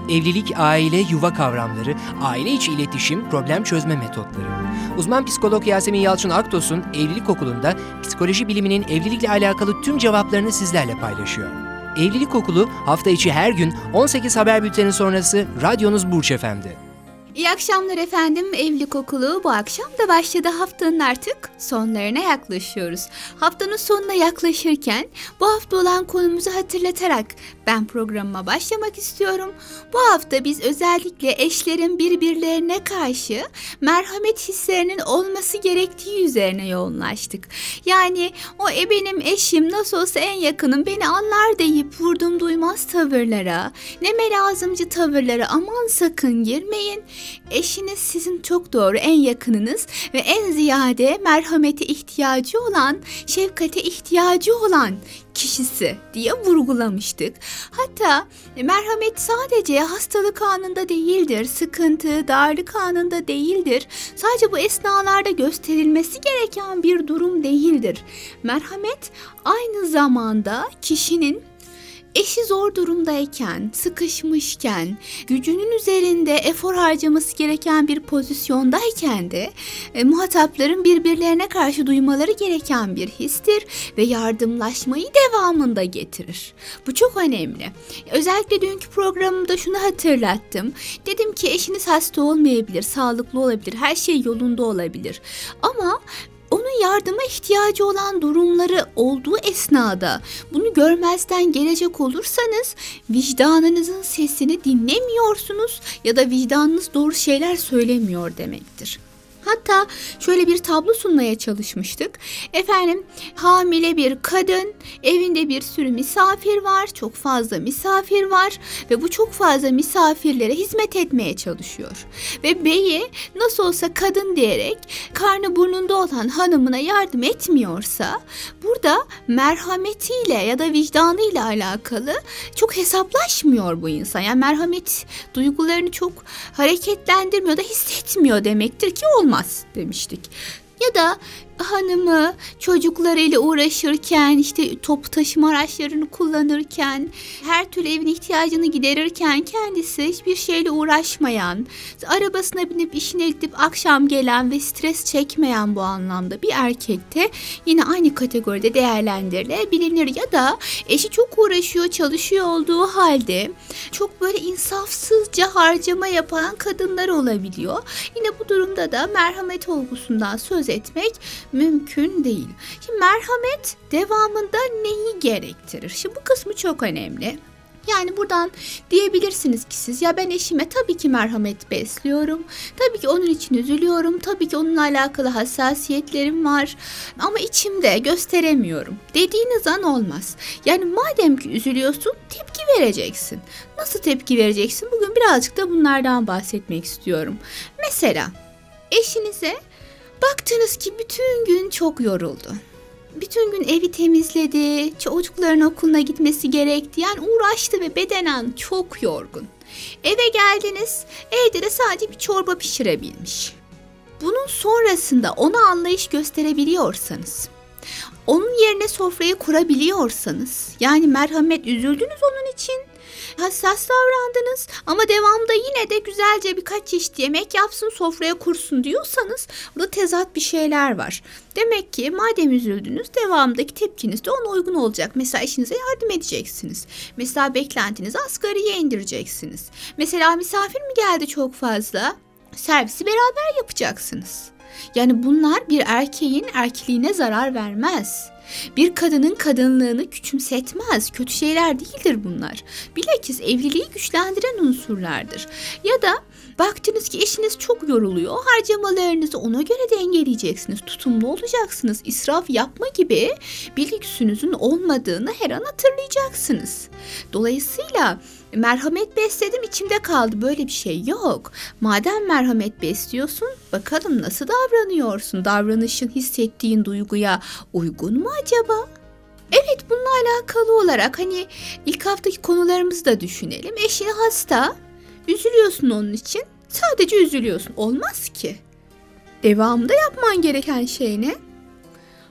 Evlilik, aile, yuva kavramları, aile içi iletişim, problem çözme metotları. Uzman psikolog Yasemin Yalçın Aktos'un Evlilik Okulu'nda psikoloji biliminin evlilikle alakalı tüm cevaplarını sizlerle paylaşıyor. Evlilik Okulu hafta içi her gün 18 haber bülteni sonrası radyonuz Burç FM'de. İyi akşamlar efendim. Evlilik Okulu bu akşam da başladı. Haftanın artık sonlarına yaklaşıyoruz. Haftanın sonuna yaklaşırken bu hafta olan konumuzu hatırlatarak ben programıma başlamak istiyorum. Bu hafta biz özellikle eşlerin birbirlerine karşı merhamet hislerinin olması gerektiği üzerine yoğunlaştık. Yani o benim eşim, nasıl olsa en yakınım, beni anlar deyip vurdum duymaz tavırlara, neme lazımcı tavırlara aman sakın girmeyin. Eşiniz sizin çok doğru en yakınınız ve en ziyade merhamete ihtiyacı olan, şefkate ihtiyacı olan kişisi diye vurgulamıştık. Hatta merhamet sadece hastalık anında değildir, sıkıntı, darlık anında değildir. Sadece bu esnalarda gösterilmesi gereken bir durum değildir. Merhamet aynı zamanda kişinin eşi zor durumdayken, sıkışmışken, gücünün üzerinde efor harcaması gereken bir pozisyondayken de muhatapların birbirlerine karşı duymaları gereken bir histir ve yardımlaşmayı devamında getirir. Bu çok önemli. Özellikle dünkü programımda şunu hatırlattım. Dedim ki eşiniz hasta olmayabilir, sağlıklı olabilir, her şey yolunda olabilir. Ama onun yardıma ihtiyacı olan durumları olduğu esnada bunu görmezden gelecek olursanız vicdanınızın sesini dinlemiyorsunuz ya da vicdanınız doğru şeyler söylemiyor demektir. Hatta şöyle bir tablo sunmaya çalışmıştık. Efendim, hamile bir kadın, evinde bir sürü misafir var, çok fazla misafir var ve bu çok fazla misafirlere hizmet etmeye çalışıyor. Ve beyi nasıl olsa kadın diyerek karnı burnunda olan hanımına yardım etmiyorsa burada merhametiyle ya da vicdanıyla alakalı çok hesaplaşmıyor bu insan. Yani merhamet duygularını çok hareketlendirmiyor da hissetmiyor demektir ki olmaz demiştik. Ya da hanımı çocuklarıyla uğraşırken, işte toplu taşıma araçlarını kullanırken, her türlü evin ihtiyacını giderirken kendisi hiçbir şeyle uğraşmayan, arabasına binip işine gidip akşam gelen ve stres çekmeyen bu anlamda bir erkekte yine aynı kategoride değerlendirilebilir. Ya da eşi çok uğraşıyor, çalışıyor olduğu halde çok böyle insafsızca harcama yapan kadınlar olabiliyor. Yine bu durumda da merhamet olgusundan söz etmek mümkün değil. Şimdi merhamet devamında neyi gerektirir? Şimdi bu kısmı çok önemli. Yani buradan diyebilirsiniz ki siz, ya ben eşime tabii ki merhamet besliyorum, tabii ki onun için üzülüyorum, tabii ki onunla alakalı hassasiyetlerim var ama içimde gösteremiyorum dediğiniz an olmaz. Yani madem ki üzülüyorsun tepki vereceksin. Nasıl tepki vereceksin? Bugün birazcık da bunlardan bahsetmek istiyorum. Mesela eşinize baktınız ki bütün gün çok yoruldu. Bütün gün evi temizledi, çocukların okuluna gitmesi gerekti. Yani uğraştı ve bedenen çok yorgun. Eve geldiniz, evde de sadece bir çorba pişirebilmiş. Bunun sonrasında ona anlayış gösterebiliyorsanız, onun yerine sofrayı kurabiliyorsanız, yani merhamet, üzüldünüz onun için, hassas davrandınız ama devamda yine de güzelce birkaç çeşit yemek yapsın, sofraya kursun diyorsanız burada tezat bir şeyler var. Demek ki madem üzüldünüz, devamdaki tepkiniz de ona uygun olacak. Mesela eşinize yardım edeceksiniz. Mesela beklentinizi asgariye indireceksiniz. Mesela misafir mi geldi çok fazla? Servisi beraber yapacaksınız. Yani bunlar bir erkeğin erkekliğine zarar vermez. Bir kadının kadınlığını küçümsetmez. Kötü şeyler değildir bunlar. Bilakis evliliği güçlendiren unsurlardır. Ya da baktınız ki eşiniz çok yoruluyor. Harcamalarınızı ona göre dengeleyeceksiniz. Tutumlu olacaksınız. İsraf yapma gibi bir lüksünüzün olmadığını her an hatırlayacaksınız. Dolayısıyla merhamet besledim, içimde kaldı, böyle bir şey yok. Madem merhamet besliyorsun, bakalım nasıl davranıyorsun? Davranışın hissettiğin duyguya uygun mu acaba? Evet, bununla alakalı olarak hani ilk haftaki konularımızı da düşünelim. Eşin hasta, üzülüyorsun onun için, sadece üzülüyorsun. Olmaz ki. Devamında yapman gereken şey ne?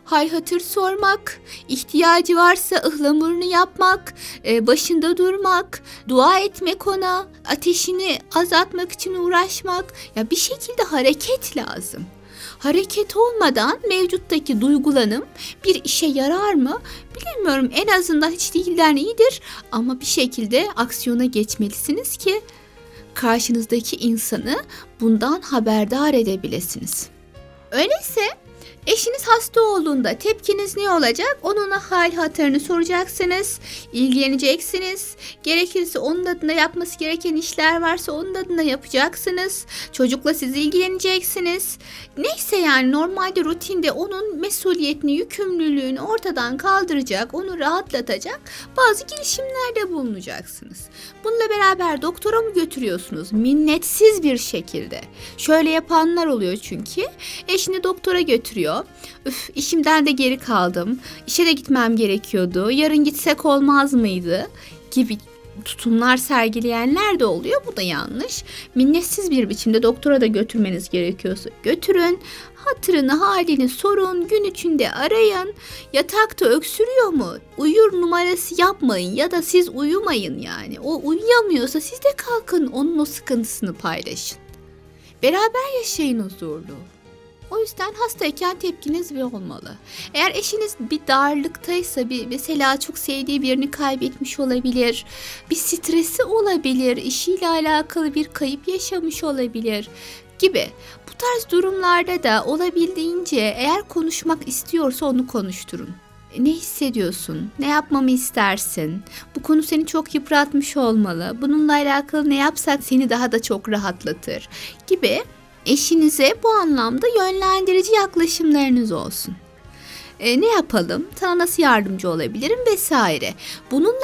hal hatır sormak, ihtiyacı varsa ıhlamurunu yapmak, başında durmak, dua etmek ona, ateşini azaltmak için uğraşmak. Ya bir şekilde hareket lazım. Hareket olmadan mevcuttaki duygulanım bir işe yarar mı? Bilemiyorum. En azından hiç değilden iyidir ama bir şekilde aksiyona geçmelisiniz ki karşınızdaki insanı bundan haberdar edebilirsiniz. Öyleyse eşiniz hasta olduğunda tepkiniz ne olacak? Onunla hal hatırını soracaksınız, ilgileneceksiniz. Gerekirse onun adına yapması gereken işler varsa onun adına yapacaksınız. Çocukla siz ilgileneceksiniz. Neyse yani normalde rutinde onun mesuliyetini, yükümlülüğünü ortadan kaldıracak, onu rahatlatacak bazı girişimlerde bulunacaksınız. Bununla beraber doktora mı götürüyorsunuz? Minnetsiz bir şekilde. Şöyle yapanlar oluyor çünkü. Eşini doktora götürüyor. Üf, işimden de geri kaldım. İşe de gitmem gerekiyordu. Yarın gitsek olmaz mıydı? Gibi tutumlar sergileyenler de oluyor. Bu da yanlış. Minnetsiz bir biçimde doktora da götürmeniz gerekiyorsa götürün. Hatırını, halini sorun. Gün içinde arayın. Yatakta öksürüyor mu? Uyur numarası yapmayın ya da siz uyumayın yani. O uyuyamıyorsa siz de kalkın. Onun o sıkıntısını paylaşın. Beraber yaşayın huzurlu. O yüzden hastayken tepkiniz bir olmalı. Eğer eşiniz bir darlıktaysa, mesela çok sevdiği birini kaybetmiş olabilir, bir stresi olabilir, işiyle alakalı bir kayıp yaşamış olabilir gibi. Bu tarz durumlarda da olabildiğince eğer konuşmak istiyorsa onu konuşturun. Ne hissediyorsun? Ne yapmamı istersin? Bu konu seni çok yıpratmış olmalı. Bununla alakalı ne yapsak seni daha da çok rahatlatır gibi. Eşinize bu anlamda yönlendirici yaklaşımlarınız olsun. Ne yapalım? Sana nasıl yardımcı olabilirim vesaire. Bunu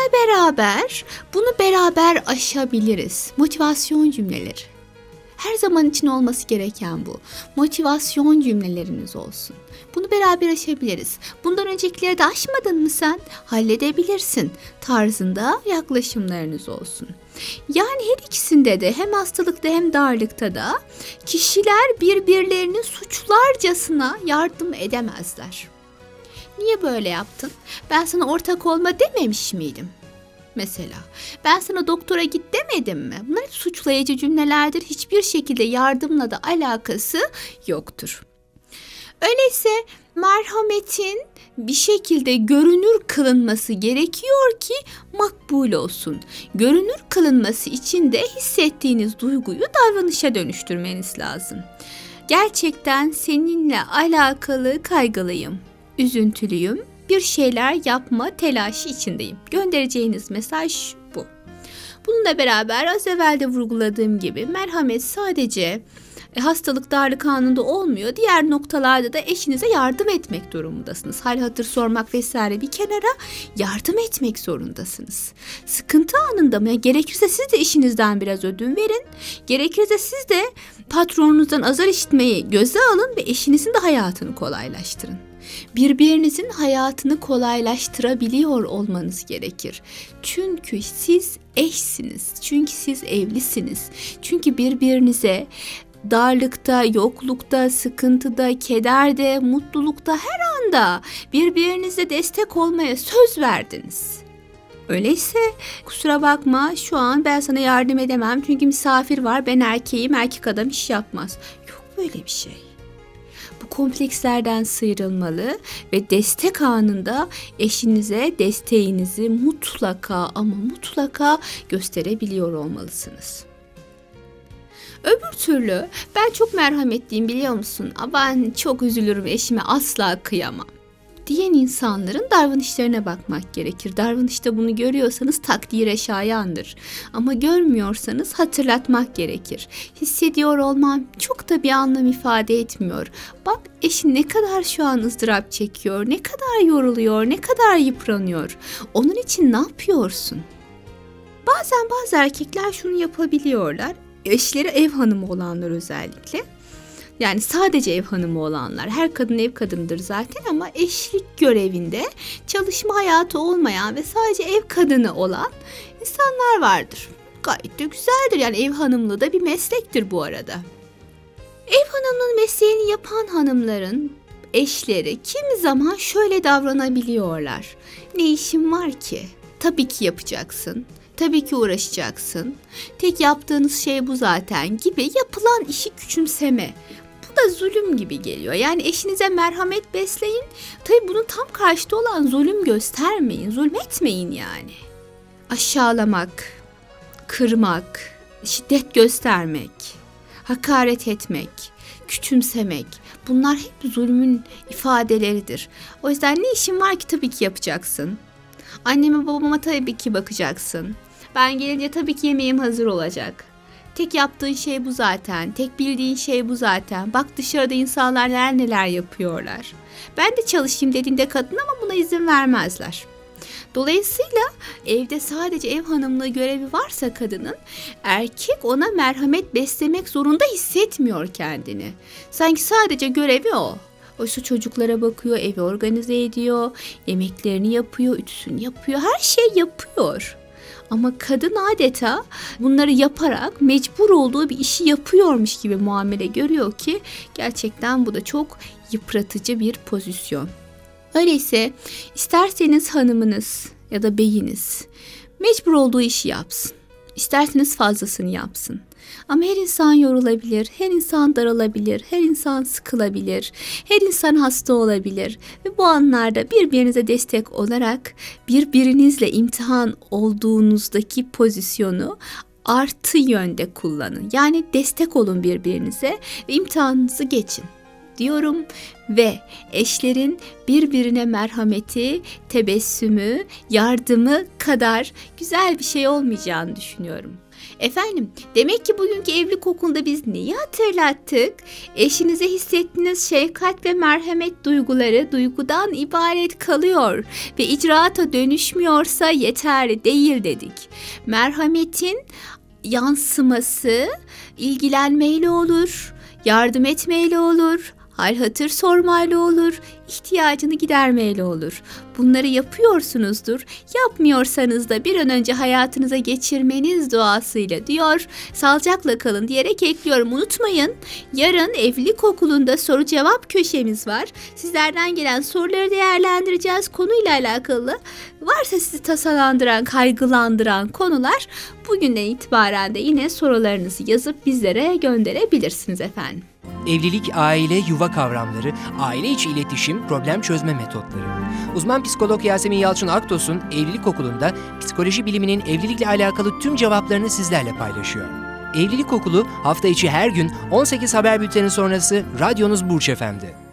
beraber aşabiliriz. Motivasyon cümleleri. Her zaman için olması gereken bu. Motivasyon cümleleriniz olsun. Bunu beraber aşabiliriz. Bundan öncekileri de aşmadın mı sen? Halledebilirsin tarzında yaklaşımlarınız olsun. Yani her ikisinde de hem hastalıkta hem darlıkta da kişiler birbirlerini suçlarcasına yardım edemezler. Niye böyle yaptın? Ben sana ortak olma dememiş miydim? Mesela ben sana doktora git demedim mi? Bunlar hep suçlayıcı cümlelerdir. Hiçbir şekilde yardımla da alakası yoktur. Öyleyse merhametin bir şekilde görünür kılınması gerekiyor ki makbul olsun. Görünür kılınması için de hissettiğiniz duyguyu davranışa dönüştürmeniz lazım. Gerçekten seninle alakalı kaygılıyım, üzüntülüyüm, bir şeyler yapma telaşı içindeyim. Göndereceğiniz mesaj bu. Bununla beraber az evvel de vurguladığım gibi merhamet sadece hastalık darlık anında olmuyor. Diğer noktalarda da eşinize yardım etmek durumundasınız. Hal hatır sormak vesaire bir kenara, yardım etmek zorundasınız. Sıkıntı anında mı? Gerekirse siz de işinizden biraz ödün verin. Gerekirse siz de patronunuzdan azar işitmeyi göze alın ve eşinizin de hayatını kolaylaştırın. Birbirinizin hayatını kolaylaştırabiliyor olmanız gerekir. Çünkü siz eşsiniz. Çünkü siz evlisiniz. Çünkü birbirinize darlıkta, yoklukta, sıkıntıda, kederde, mutlulukta her anda birbirinize destek olmaya söz verdiniz. Öyleyse kusura bakma, şu an ben sana yardım edemem çünkü misafir var, ben erkeğim, erkek adam iş yapmaz. Yok böyle bir şey. Bu komplekslerden sıyrılmalı ve destek anında eşinize desteğinizi mutlaka ama mutlaka gösterebiliyor olmalısınız. Öbür türlü ben çok merhametliyim biliyor musun? Ben çok üzülürüm, eşime asla kıyamam diyen insanların davranışlarına bakmak gerekir. Davranışta bunu görüyorsanız takdire şayandır. Ama görmüyorsanız hatırlatmak gerekir. Hissediyor olmam çok da bir anlam ifade etmiyor. Bak eşin ne kadar şu an ızdırap çekiyor, ne kadar yoruluyor, ne kadar yıpranıyor. Onun için ne yapıyorsun? Bazen bazı erkekler şunu yapabiliyorlar. Eşleri ev hanımı olanlar özellikle. Yani sadece ev hanımı olanlar. Her kadın ev kadınıdır zaten ama eşlik görevinde çalışma hayatı olmayan ve sadece ev kadını olan insanlar vardır. Gayet de güzeldir. Yani ev hanımlığı da bir meslektir bu arada. Ev hanımlığının mesleğini yapan hanımların eşleri kimi zaman şöyle davranabiliyorlar. Ne işin var ki? Tabii ki yapacaksın. Tabii ki uğraşacaksın. Tek yaptığınız şey bu zaten gibi yapılan işi küçümseme. Bu da zulüm gibi geliyor. Yani eşinize merhamet besleyin. Tabii bunun tam karşıtı olan zulüm göstermeyin. Zulmetmeyin yani. Aşağılamak, kırmak, şiddet göstermek, hakaret etmek, küçümsemek. Bunlar hep zulmün ifadeleridir. O yüzden ne işin var ki tabii ki yapacaksın. Anneme babama tabii ki bakacaksın. Ben gelince tabii ki yemeğim hazır olacak. Tek yaptığın şey bu zaten. Tek bildiğin şey bu zaten. Bak dışarıda insanlar neler yapıyorlar. Ben de çalışayım dediğinde kadın ama buna izin vermezler. Dolayısıyla evde sadece ev hanımlığı görevi varsa kadının, erkek ona merhamet beslemek zorunda hissetmiyor kendini. Sanki sadece görevi o. Oysa çocuklara bakıyor, evi organize ediyor, yemeklerini yapıyor, ütüsünü yapıyor, her şey yapıyor. Ama kadın adeta bunları yaparak mecbur olduğu bir işi yapıyormuş gibi muamele görüyor ki gerçekten bu da çok yıpratıcı bir pozisyon. Öyleyse isterseniz hanımınız ya da beyiniz mecbur olduğu işi yapsın. İsterseniz fazlasını yapsın. Ama her insan yorulabilir, her insan daralabilir, her insan sıkılabilir, her insan hasta olabilir. Ve bu anlarda birbirinize destek olarak birbirinizle imtihan olduğunuzdaki pozisyonu artı yönde kullanın. Yani destek olun birbirinize ve imtihanınızı geçin diyorum ve eşlerin birbirine merhameti, tebessümü, yardımı kadar güzel bir şey olmayacağını düşünüyorum. Efendim, demek ki bugünkü evlilik okulunda biz neyi hatırlattık? Eşinize hissettiğiniz şefkat ve merhamet duyguları duygudan ibaret kalıyor ve icraata dönüşmüyorsa yeterli değil dedik. Merhametin yansıması ilgilenmeyle olur, yardım etmeyle olur, hal hatır sormayla olur, ihtiyacını gidermeyle olur. Bunları yapıyorsunuzdur. Yapmıyorsanız da bir an önce hayatınıza geçirmeniz duasıyla diyor. Sağlıcakla kalın diyerek ekliyorum. Unutmayın, yarın evlilik okulunda soru cevap köşemiz var. Sizlerden gelen soruları değerlendireceğiz. Konuyla alakalı varsa sizi tasalandıran, kaygılandıran konular bugünden itibaren de yine sorularınızı yazıp bizlere gönderebilirsiniz efendim. Evlilik, aile, yuva kavramları, aile içi iletişim, problem çözme metotları. Uzman psikolog Yasemin Yalçın Aktos'un Evlilik Okulu'nda psikoloji biliminin evlilikle alakalı tüm cevaplarını sizlerle paylaşıyor. Evlilik Okulu hafta içi her gün 18 haber bülteni sonrası radyonuz Burç FM'de.